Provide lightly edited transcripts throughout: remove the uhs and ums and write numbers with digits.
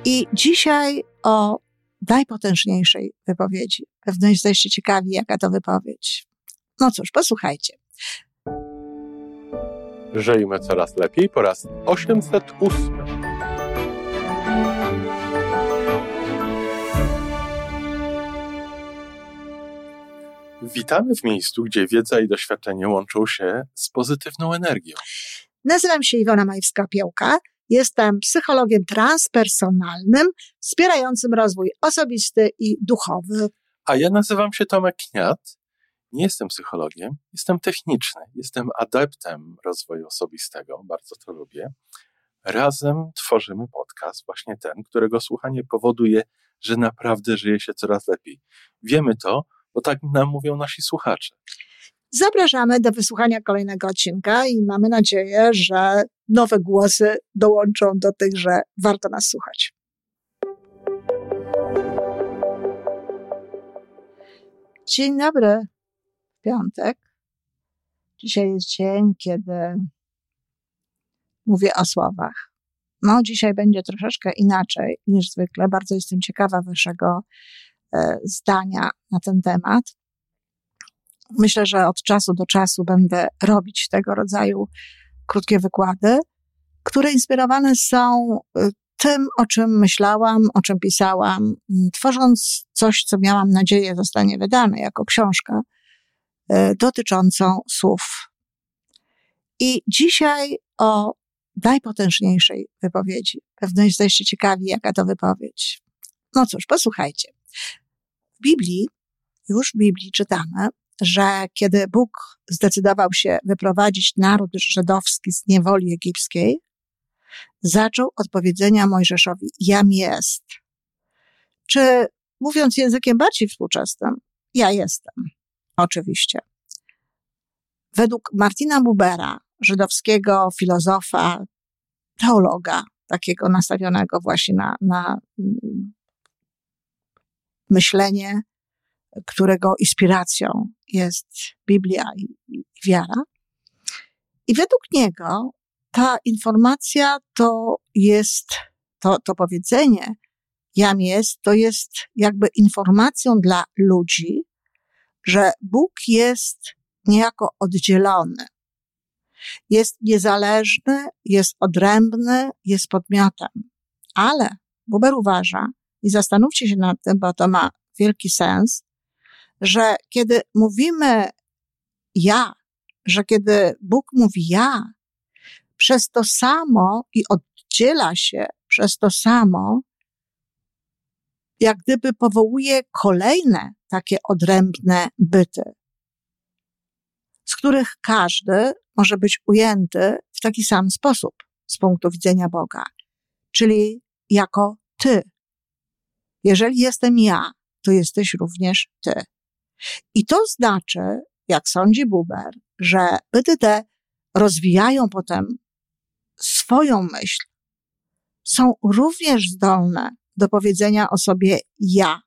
I dzisiaj o najpotężniejszej wypowiedzi. Pewno jesteście ciekawi, jaka to wypowiedź. No cóż, posłuchajcie. Żyjmy coraz lepiej po raz 808. Witamy w miejscu, gdzie wiedza i doświadczenie łączą się z pozytywną energią. Nazywam się Iwona Majewska-Piołka. Jestem psychologiem transpersonalnym, wspierającym rozwój osobisty i duchowy. A ja nazywam się Tomek Kniat. Nie jestem psychologiem, jestem techniczny. Jestem adeptem rozwoju osobistego, bardzo to lubię. Razem tworzymy podcast, właśnie ten, którego słuchanie powoduje, że naprawdę żyje się coraz lepiej. Wiemy to, bo tak nam mówią nasi słuchacze. Zapraszamy do wysłuchania kolejnego odcinka i mamy nadzieję, że nowe głosy dołączą do tych, że warto nas słuchać. Dzień dobry, piątek. Dzisiaj jest dzień, kiedy mówię o słowach. No, dzisiaj będzie troszeczkę inaczej niż zwykle. Bardzo jestem ciekawa waszego zdania na ten temat. Myślę, że od czasu do czasu będę robić tego rodzaju krótkie wykłady, które inspirowane są tym, o czym myślałam, o czym pisałam, tworząc coś, co miałam nadzieję zostanie wydane jako książka dotyczącą słów. I dzisiaj o najpotężniejszej wypowiedzi. Pewno jesteście ciekawi, jaka to wypowiedź. No cóż, posłuchajcie. Już w Biblii czytamy, że kiedy Bóg zdecydował się wyprowadzić naród żydowski z niewoli egipskiej, zaczął od powiedzenia Mojżeszowi: jam jest. Czy mówiąc językiem bardziej współczesnym, ja jestem. Oczywiście. Według Martina Bubera, żydowskiego filozofa, teologa, takiego nastawionego właśnie na myślenie, którego inspiracją jest Biblia i wiara. I według niego ta informacja to jest, to powiedzenie jam jest, to jest jakby informacją dla ludzi, że Bóg jest niejako oddzielony. Jest niezależny, jest odrębny, jest podmiotem. Ale Buber uważa, i zastanówcie się nad tym, bo to ma wielki sens, że kiedy mówimy ja, że kiedy Bóg mówi ja, przez to samo i oddziela się przez to samo, jak gdyby powołuje kolejne takie odrębne byty, z których każdy może być ujęty w taki sam sposób z punktu widzenia Boga, czyli jako ty. Jeżeli jestem ja, to jesteś również ty. I to znaczy, jak sądzi Buber, że byty te rozwijają potem swoją myśl, są również zdolne do powiedzenia o sobie ja.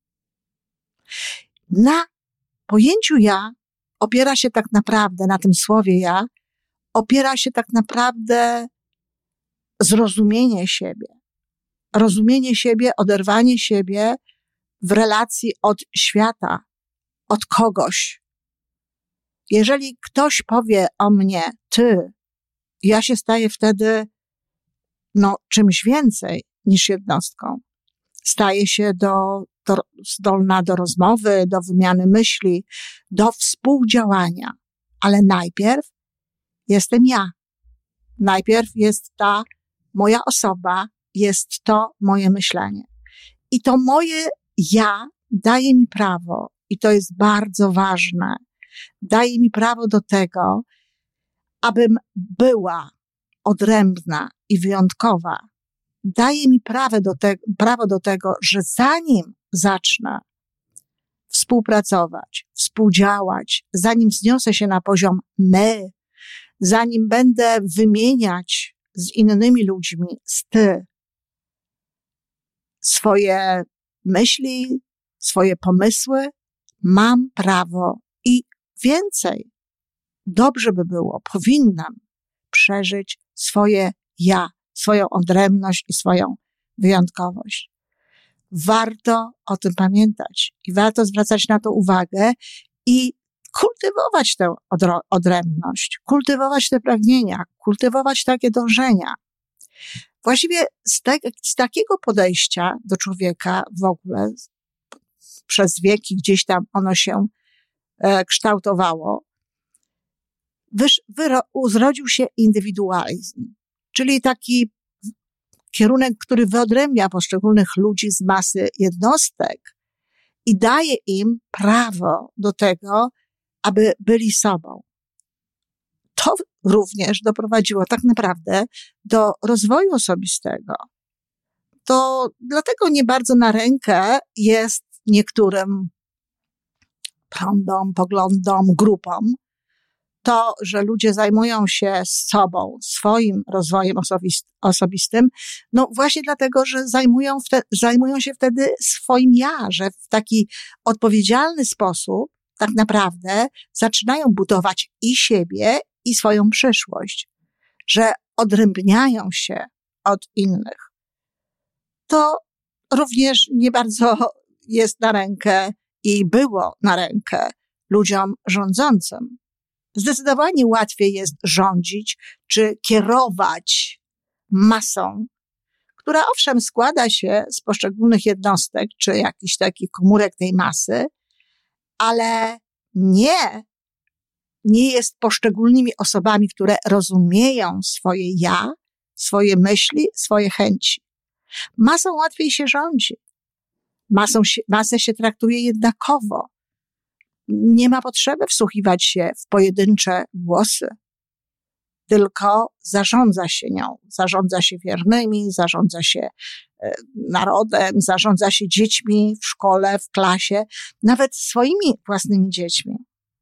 Na pojęciu ja opiera się tak naprawdę, na tym słowie ja, opiera się tak naprawdę zrozumienie siebie. Rozumienie siebie, oderwanie siebie w relacji od świata, od kogoś. Jeżeli ktoś powie o mnie ty, ja się staję wtedy czymś więcej niż jednostką. Staję się zdolna do rozmowy, do wymiany myśli, do współdziałania. Ale najpierw jestem ja. Najpierw jest ta moja osoba, jest to moje myślenie. I to moje ja daje mi prawo, i to jest bardzo ważne, daje mi prawo do tego, abym była odrębna i wyjątkowa. Daje mi prawo do tego, że zanim zacznę współpracować, współdziałać, zanim wzniosę się na poziom my, zanim będę wymieniać z innymi ludźmi ty swoje myśli, swoje pomysły, mam prawo i więcej. Dobrze by było, powinnam przeżyć swoje ja, swoją odrębność i swoją wyjątkowość. Warto o tym pamiętać i warto zwracać na to uwagę i kultywować tę odrębność, kultywować te pragnienia, kultywować takie dążenia. Właściwie z takiego podejścia do człowieka w ogóle przez wieki gdzieś tam ono się kształtowało, zrodził się indywidualizm, czyli taki kierunek, który wyodrębnia poszczególnych ludzi z masy jednostek i daje im prawo do tego, aby byli sobą. To również doprowadziło tak naprawdę do rozwoju osobistego. To dlatego nie bardzo na rękę jest niektórym prądom, poglądom, grupom to, że ludzie zajmują się sobą, swoim rozwojem osobistym, no właśnie dlatego, że zajmują się wtedy swoim ja, że w taki odpowiedzialny sposób tak naprawdę zaczynają budować i siebie, i swoją przyszłość, że odrębniają się od innych. To również nie bardzo jest na rękę i było na rękę ludziom rządzącym. Zdecydowanie łatwiej jest rządzić czy kierować masą, która owszem składa się z poszczególnych jednostek czy jakichś takich komórek tej masy, ale nie jest poszczególnymi osobami, które rozumieją swoje ja, swoje myśli, swoje chęci. Masą łatwiej się rządzi. Masę się traktuje jednakowo. Nie ma potrzeby wsłuchiwać się w pojedyncze głosy, tylko zarządza się nią. Zarządza się wiernymi, zarządza się narodem, zarządza się dziećmi w szkole, w klasie, nawet swoimi własnymi dziećmi.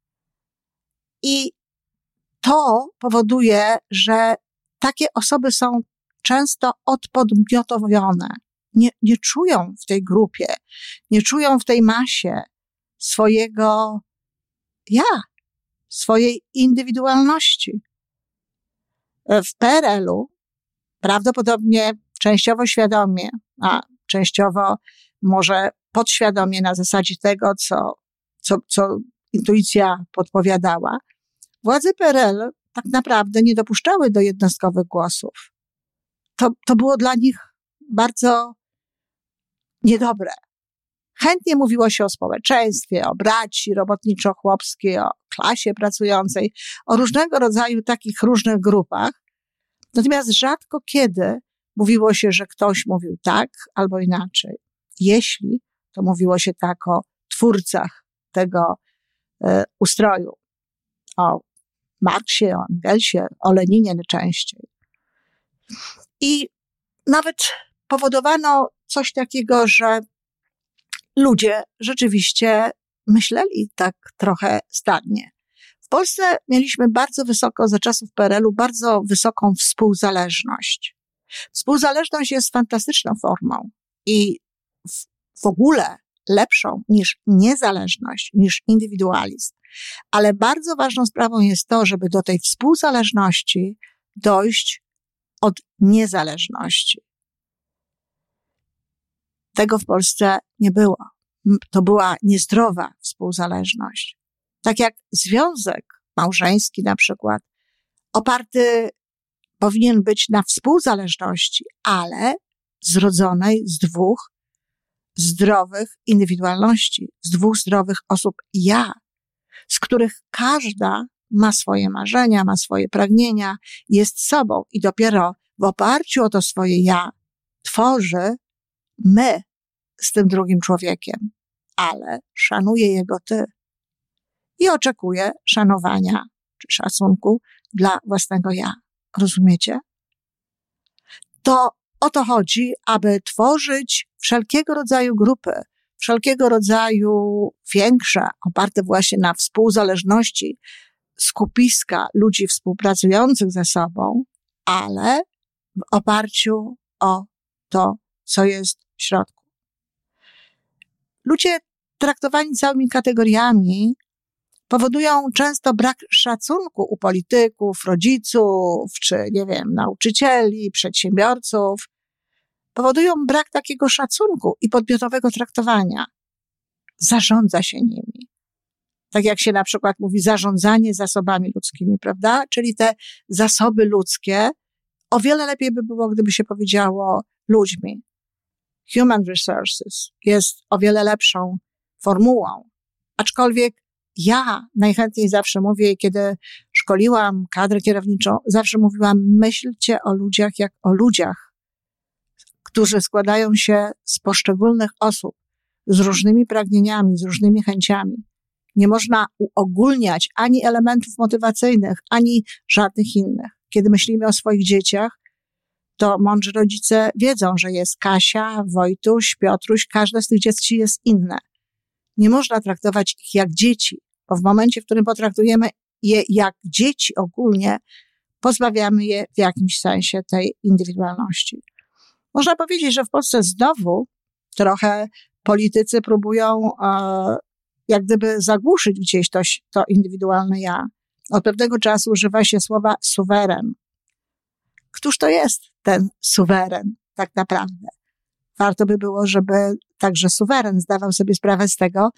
I to powoduje, że takie osoby są często odpodmiotowione. Nie czują w tej grupie, nie czują w tej masie swojego ja, swojej indywidualności. W PRL-u prawdopodobnie częściowo świadomie, a częściowo może podświadomie na zasadzie tego, co intuicja podpowiadała, władze PRL tak naprawdę nie dopuszczały do jednostkowych głosów. To było dla nich bardzo niedobre. Chętnie mówiło się o społeczeństwie, o braci robotniczo-chłopskiej, o klasie pracującej, o różnego rodzaju takich różnych grupach. Natomiast rzadko kiedy mówiło się, że ktoś mówił tak albo inaczej. Jeśli, to mówiło się tak o twórcach tego ustroju, o Marksie, o Engelsie, o Leninie najczęściej. I nawet powodowano coś takiego, że ludzie rzeczywiście myśleli tak trochę stadnie. W Polsce mieliśmy bardzo wysoko, za czasów PRL-u, bardzo wysoką współzależność. Współzależność jest fantastyczną formą i w ogóle lepszą niż niezależność, niż indywidualizm. Ale bardzo ważną sprawą jest to, żeby do tej współzależności dojść od niezależności. Tego w Polsce nie było. To była niezdrowa współzależność. Tak jak związek małżeński na przykład, oparty powinien być na współzależności, ale zrodzonej z dwóch zdrowych indywidualności, z dwóch zdrowych osób ja, z których każda ma swoje marzenia, ma swoje pragnienia, jest sobą i dopiero w oparciu o to swoje ja tworzy my z tym drugim człowiekiem, ale szanuje jego ty i oczekuje szanowania czy szacunku dla własnego ja. Rozumiecie? To o to chodzi, aby tworzyć wszelkiego rodzaju grupy, wszelkiego rodzaju większe, oparte właśnie na współzależności, skupiska ludzi współpracujących ze sobą, ale w oparciu o to, co jest w środku. Ludzie traktowani całymi kategoriami powodują często brak szacunku u polityków, rodziców, czy, nie wiem, nauczycieli, przedsiębiorców, powodują brak takiego szacunku i podmiotowego traktowania. Zarządza się nimi. Tak jak się na przykład mówi zarządzanie zasobami ludzkimi, prawda? Czyli te zasoby ludzkie, o wiele lepiej by było, gdyby się powiedziało ludźmi. Human resources jest o wiele lepszą formułą. Aczkolwiek ja najchętniej zawsze mówię, kiedy szkoliłam kadrę kierowniczą, zawsze mówiłam, myślcie o ludziach jak o ludziach, którzy składają się z poszczególnych osób, z różnymi pragnieniami, z różnymi chęciami. Nie można uogólniać ani elementów motywacyjnych, ani żadnych innych. Kiedy myślimy o swoich dzieciach, to mądrzy rodzice wiedzą, że jest Kasia, Wojtuś, Piotruś, każde z tych dzieci jest inne. Nie można traktować ich jak dzieci, bo w momencie, w którym potraktujemy je jak dzieci ogólnie, pozbawiamy je w jakimś sensie tej indywidualności. Można powiedzieć, że w Polsce znowu trochę politycy próbują jak gdyby zagłuszyć gdzieś to indywidualne ja. Od pewnego czasu używa się słowa suweren. Któż to jest ten suweren tak naprawdę? Warto by było, żeby także suweren zdawał sobie sprawę z tego,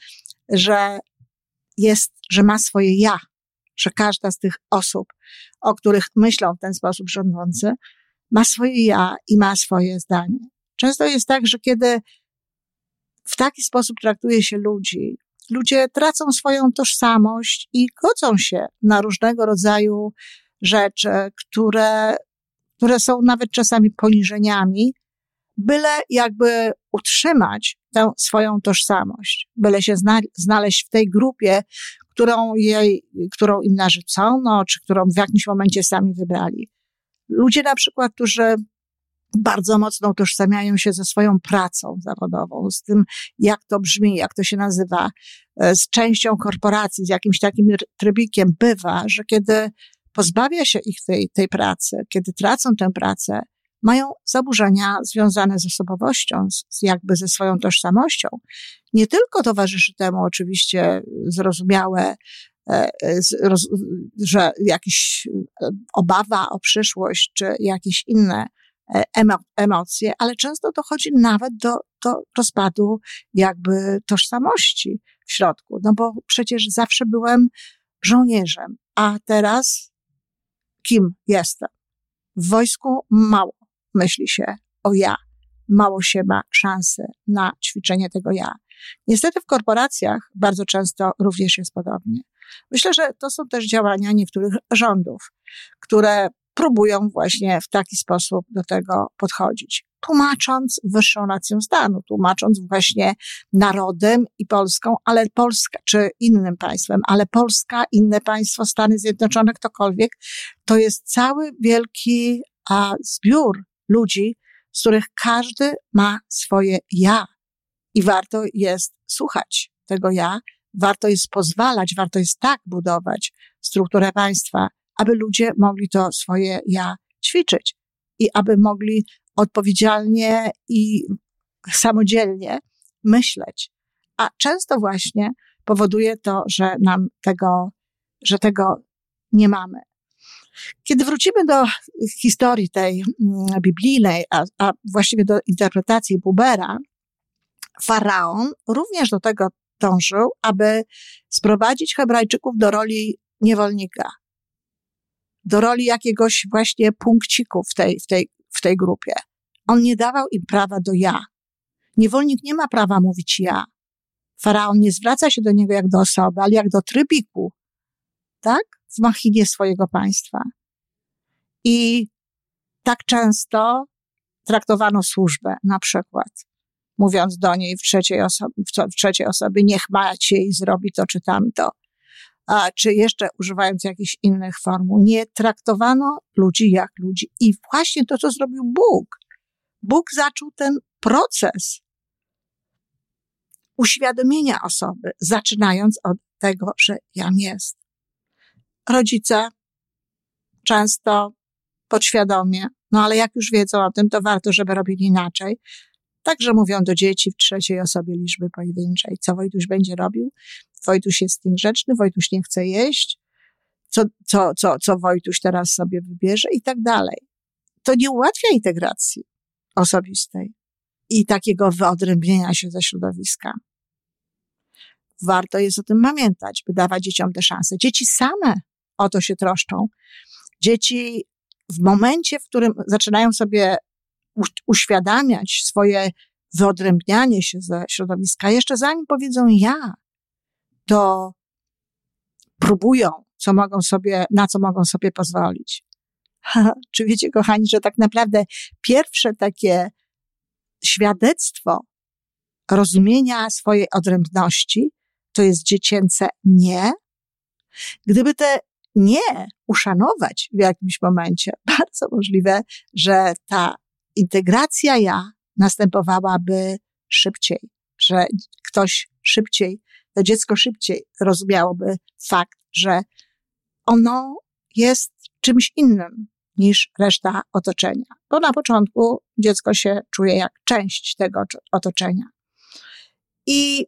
że ma swoje ja, że każda z tych osób, o których myślą w ten sposób rządzący, ma swoje ja i ma swoje zdanie. Często jest tak, że kiedy w taki sposób traktuje się ludzi, ludzie tracą swoją tożsamość i godzą się na różnego rodzaju rzeczy, które są nawet czasami poniżeniami, byle jakby utrzymać tę swoją tożsamość, byle się znaleźć w tej grupie, którą im narzucono, czy którą w jakimś momencie sami wybrali. Ludzie na przykład, którzy bardzo mocno utożsamiają się ze swoją pracą zawodową, z tym, jak to brzmi, jak to się nazywa, z częścią korporacji, z jakimś takim trybikiem. Bywa, że kiedy pozbawia się ich tej pracy, kiedy tracą tę pracę, mają zaburzenia związane z osobowością, jakby ze swoją tożsamością. Nie tylko towarzyszy temu oczywiście zrozumiałe, że jakaś obawa o przyszłość, czy jakieś inne emocje, ale często dochodzi nawet do rozpadu jakby tożsamości w środku. No bo przecież zawsze byłem żołnierzem, a teraz kim jestem? W wojsku mało myśli się o ja. Mało się ma szansy na ćwiczenie tego ja. Niestety w korporacjach bardzo często również jest podobnie. Myślę, że to są też działania niektórych rządów, które próbują właśnie w taki sposób do tego podchodzić, tłumacząc wyższą racją stanu, tłumacząc właśnie narodem i Polską, ale Polska, czy innym państwem, ale Polska, inne państwo, Stany Zjednoczone, ktokolwiek, to jest cały wielki zbiór ludzi, z których każdy ma swoje ja i warto jest słuchać tego ja, warto jest pozwalać, warto jest tak budować strukturę państwa, aby ludzie mogli to swoje ja ćwiczyć i aby mogli odpowiedzialnie i samodzielnie myśleć. A często właśnie powoduje to, że nam tego nie mamy. Kiedy wrócimy do historii tej biblijnej, a właściwie do interpretacji Bubera, Faraon również do tego dążył, aby sprowadzić Hebrajczyków do roli niewolnika, do roli jakiegoś właśnie punkciku w tej grupie. On nie dawał im prawa do ja. Niewolnik nie ma prawa mówić ja. Faraon nie zwraca się do niego jak do osoby, ale jak do trybiku, tak? W machinie swojego państwa. I tak często traktowano służbę, na przykład, mówiąc do niej w trzeciej osobie, niech macie i zrobi to czy tamto. Czy jeszcze używając jakichś innych formuł. Nie traktowano ludzi jak ludzi. I właśnie to, co zrobił Bóg. Bóg zaczął ten proces uświadomienia osoby, zaczynając od tego, że jam jest. Rodzice często podświadomie, no ale jak już wiedzą o tym, to warto, żeby robili inaczej. Także mówią do dzieci w trzeciej osobie liczby pojedynczej. Co Wojtuś będzie robił? Wojtuś jest niegrzeczny, Wojtuś nie chce jeść. Co Wojtuś teraz sobie wybierze i tak dalej. To nie ułatwia integracji. osobistej i takiego wyodrębnienia się ze środowiska. Warto jest o tym pamiętać, by dawać dzieciom te szanse. Dzieci same o to się troszczą. Dzieci w momencie, w którym zaczynają sobie uświadamiać swoje wyodrębnianie się ze środowiska, jeszcze zanim powiedzą ja, to próbują, na co mogą sobie pozwolić. Czy wiecie, kochani, że tak naprawdę pierwsze takie świadectwo rozumienia swojej odrębności to jest dziecięce nie? Gdyby te nie uszanować w jakimś momencie, bardzo możliwe, że ta integracja ja następowałaby szybciej, że to dziecko szybciej rozumiałoby fakt, że ono jest czymś innym niż reszta otoczenia. Bo na początku dziecko się czuje jak część tego otoczenia. I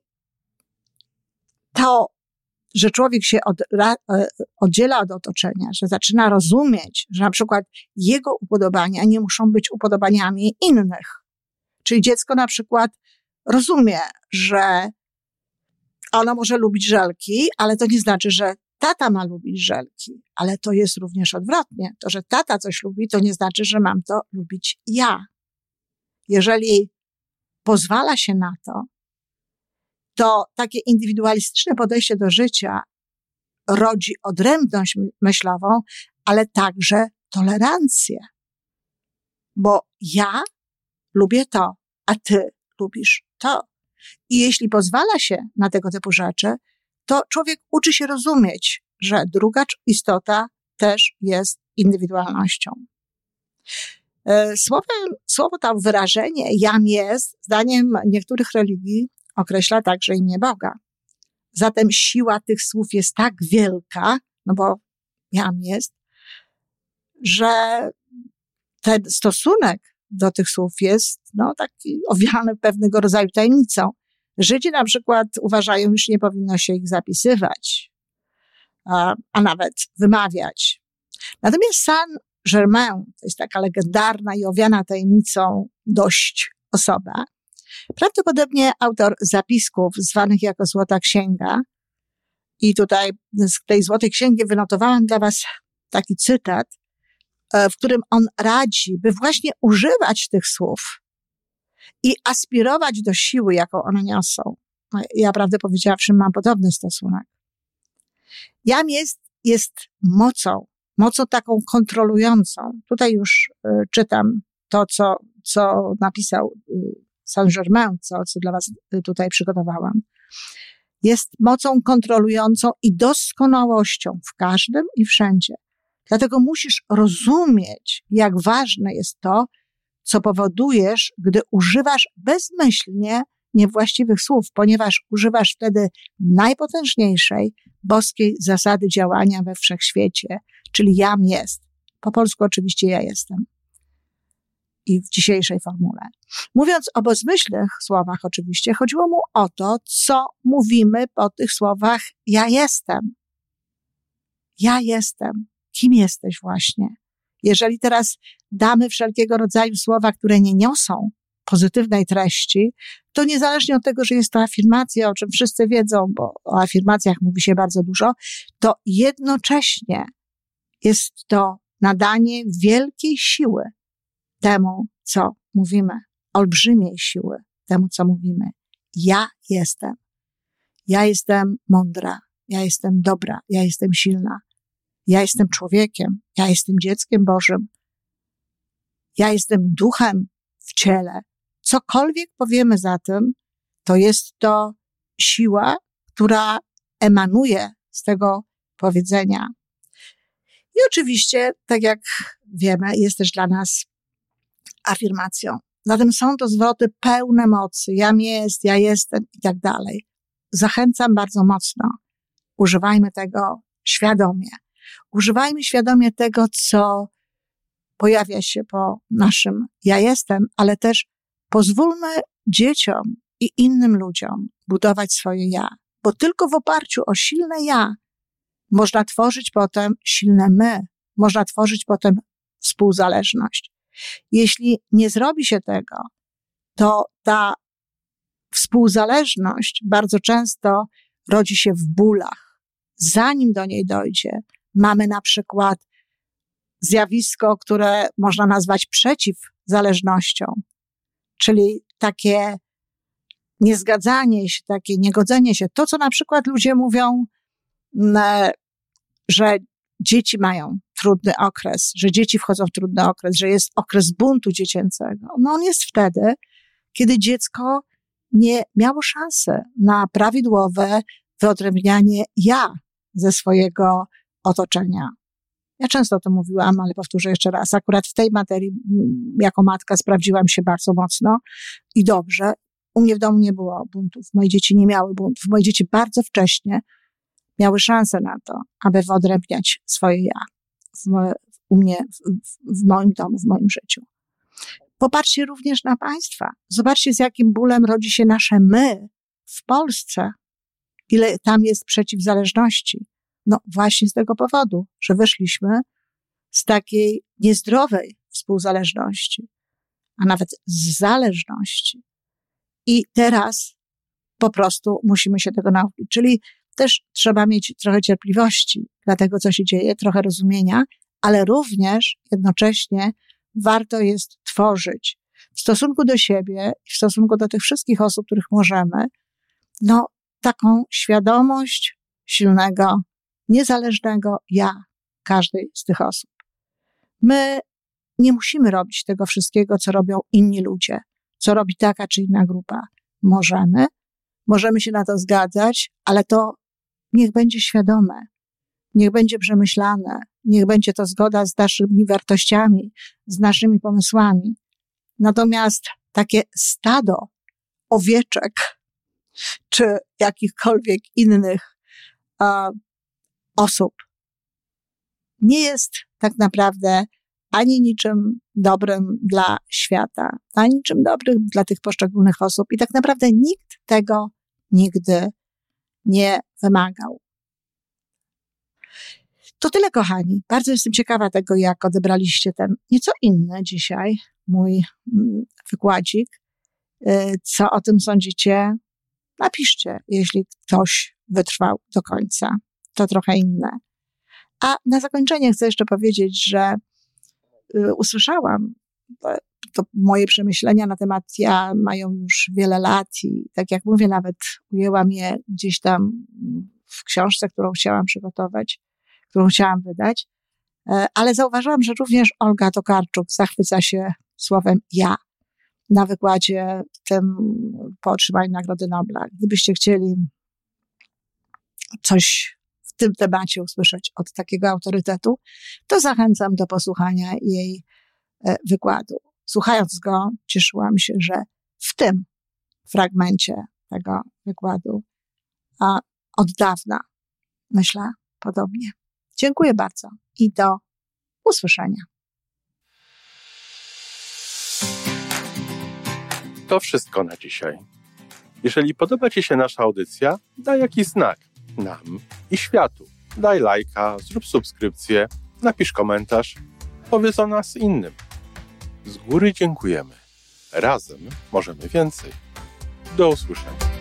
to, że człowiek się oddziela od otoczenia, że zaczyna rozumieć, że na przykład jego upodobania nie muszą być upodobaniami innych. Czyli dziecko na przykład rozumie, że ono może lubić żelki, ale to nie znaczy, że tata ma lubić żelki. Ale to jest również odwrotnie. To, że tata coś lubi, to nie znaczy, że mam to lubić ja. Jeżeli pozwala się na to takie indywidualistyczne podejście do życia rodzi odrębność myślową, ale także tolerancję. Bo ja lubię to, a ty lubisz to. I jeśli pozwala się na tego typu rzeczy, to człowiek uczy się rozumieć, że druga istota też jest indywidualnością. Słowo to wyrażenie jam jest, zdaniem niektórych religii, określa także imię Boga. Zatem siła tych słów jest tak wielka, no bo jam jest, że ten stosunek do tych słów jest taki owiany pewnego rodzaju tajemnicą. Żydzi na przykład uważają, iż nie powinno się ich zapisywać, a nawet wymawiać. Natomiast Saint-Germain, to jest taka legendarna i owiana tajemnicą dość osoba, prawdopodobnie autor zapisków zwanych jako Złota Księga. I tutaj z tej Złotej Księgi wynotowałam dla was taki cytat, w którym on radzi, by właśnie używać tych słów i aspirować do siły, jaką one niosą. Ja, prawdę powiedziawszy, mam podobny stosunek. Jam jest mocą taką kontrolującą. Tutaj już czytam to, co napisał Saint-Germain, co dla was tutaj przygotowałam. Jest mocą kontrolującą i doskonałością w każdym i wszędzie. Dlatego musisz rozumieć, jak ważne jest to, co powodujesz, gdy używasz bezmyślnie niewłaściwych słów, ponieważ używasz wtedy najpotężniejszej boskiej zasady działania we wszechświecie, czyli jam jest. Po polsku oczywiście ja jestem. I w dzisiejszej formule. Mówiąc o bezmyślnych słowach oczywiście, chodziło mu o to, co mówimy po tych słowach ja jestem. Ja jestem. Kim jesteś właśnie? Jeżeli teraz damy wszelkiego rodzaju słowa, które nie niosą pozytywnej treści, to niezależnie od tego, że jest to afirmacja, o czym wszyscy wiedzą, bo o afirmacjach mówi się bardzo dużo, to jednocześnie jest to nadanie wielkiej siły temu, co mówimy, olbrzymiej siły temu, co mówimy. Ja jestem. Ja jestem mądra. Ja jestem dobra. Ja jestem silna. Ja jestem człowiekiem. Ja jestem dzieckiem Bożym. Ja jestem duchem w ciele. Cokolwiek powiemy za tym, to jest to siła, która emanuje z tego powiedzenia. I oczywiście, tak jak wiemy, jest też dla nas afirmacją. Zatem są to zwroty pełne mocy. Jam jest, ja jestem i tak dalej. Zachęcam bardzo mocno. Używajmy tego świadomie. Używajmy świadomie tego, co pojawia się po naszym ja jestem, ale też pozwólmy dzieciom i innym ludziom budować swoje ja. Bo tylko w oparciu o silne ja można tworzyć potem silne my. Można tworzyć potem współzależność. Jeśli nie zrobi się tego, to ta współzależność bardzo często rodzi się w bólach. Zanim do niej dojdzie, mamy na przykład zjawisko, które można nazwać przeciwzależnością, czyli takie niezgadzanie się, takie niegodzenie się. To, co na przykład ludzie mówią, że dzieci mają trudny okres, że dzieci wchodzą w trudny okres, że jest okres buntu dziecięcego. No on jest wtedy, kiedy dziecko nie miało szansy na prawidłowe wyodrębnianie ja ze swojego otoczenia. Ja często to mówiłam, ale powtórzę jeszcze raz. Akurat w tej materii jako matka sprawdziłam się bardzo mocno i dobrze. U mnie w domu nie było buntów. Moje dzieci nie miały buntów. Moje dzieci bardzo wcześnie miały szansę na to, aby wyodrębniać swoje ja u mnie, w moim domu, w moim życiu. Popatrzcie również na państwa. Zobaczcie, z jakim bólem rodzi się nasze my w Polsce. Ile tam jest przeciwzależności. No właśnie z tego powodu, że wyszliśmy z takiej niezdrowej współzależności, a nawet z zależności. I teraz po prostu musimy się tego nauczyć. Czyli też trzeba mieć trochę cierpliwości dla tego, co się dzieje, trochę rozumienia, ale również jednocześnie warto jest tworzyć w stosunku do siebie i w stosunku do tych wszystkich osób, których możemy, no taką świadomość silnego, niezależnego ja każdej z tych osób. My nie musimy robić tego wszystkiego, co robią inni ludzie, co robi taka czy inna grupa. Możemy się na to zgadzać, ale to niech będzie świadome, niech będzie przemyślane, niech będzie to zgoda z naszymi wartościami, z naszymi pomysłami. Natomiast takie stado owieczek czy jakichkolwiek innych osób nie jest tak naprawdę ani niczym dobrym dla świata, ani niczym dobrym dla tych poszczególnych osób. I tak naprawdę nikt tego nigdy nie wymagał. To tyle, kochani. Bardzo jestem ciekawa tego, jak odebraliście ten nieco inny dzisiaj mój wykładzik. Co o tym sądzicie? Napiszcie, jeśli ktoś wytrwał do końca. To trochę inne. A na zakończenie chcę jeszcze powiedzieć, że usłyszałam, to moje przemyślenia na temat ja mają już wiele lat i tak jak mówię, nawet ujęłam je gdzieś tam w książce, którą chciałam przygotować, którą chciałam wydać, ale zauważyłam, że również Olga Tokarczuk zachwyca się słowem ja na wykładzie tym po otrzymaniu Nagrody Nobla. Gdybyście chcieli coś w tym temacie usłyszeć od takiego autorytetu, to zachęcam do posłuchania jej wykładu. Słuchając go, cieszyłam się, że w tym fragmencie tego wykładu od dawna myślę podobnie. Dziękuję bardzo i do usłyszenia. To wszystko na dzisiaj. Jeżeli podoba Ci się nasza audycja, daj jakiś znak nam i światu. Daj lajka, zrób subskrypcję, napisz komentarz, powiedz o nas innym. Z góry dziękujemy. Razem możemy więcej. Do usłyszenia.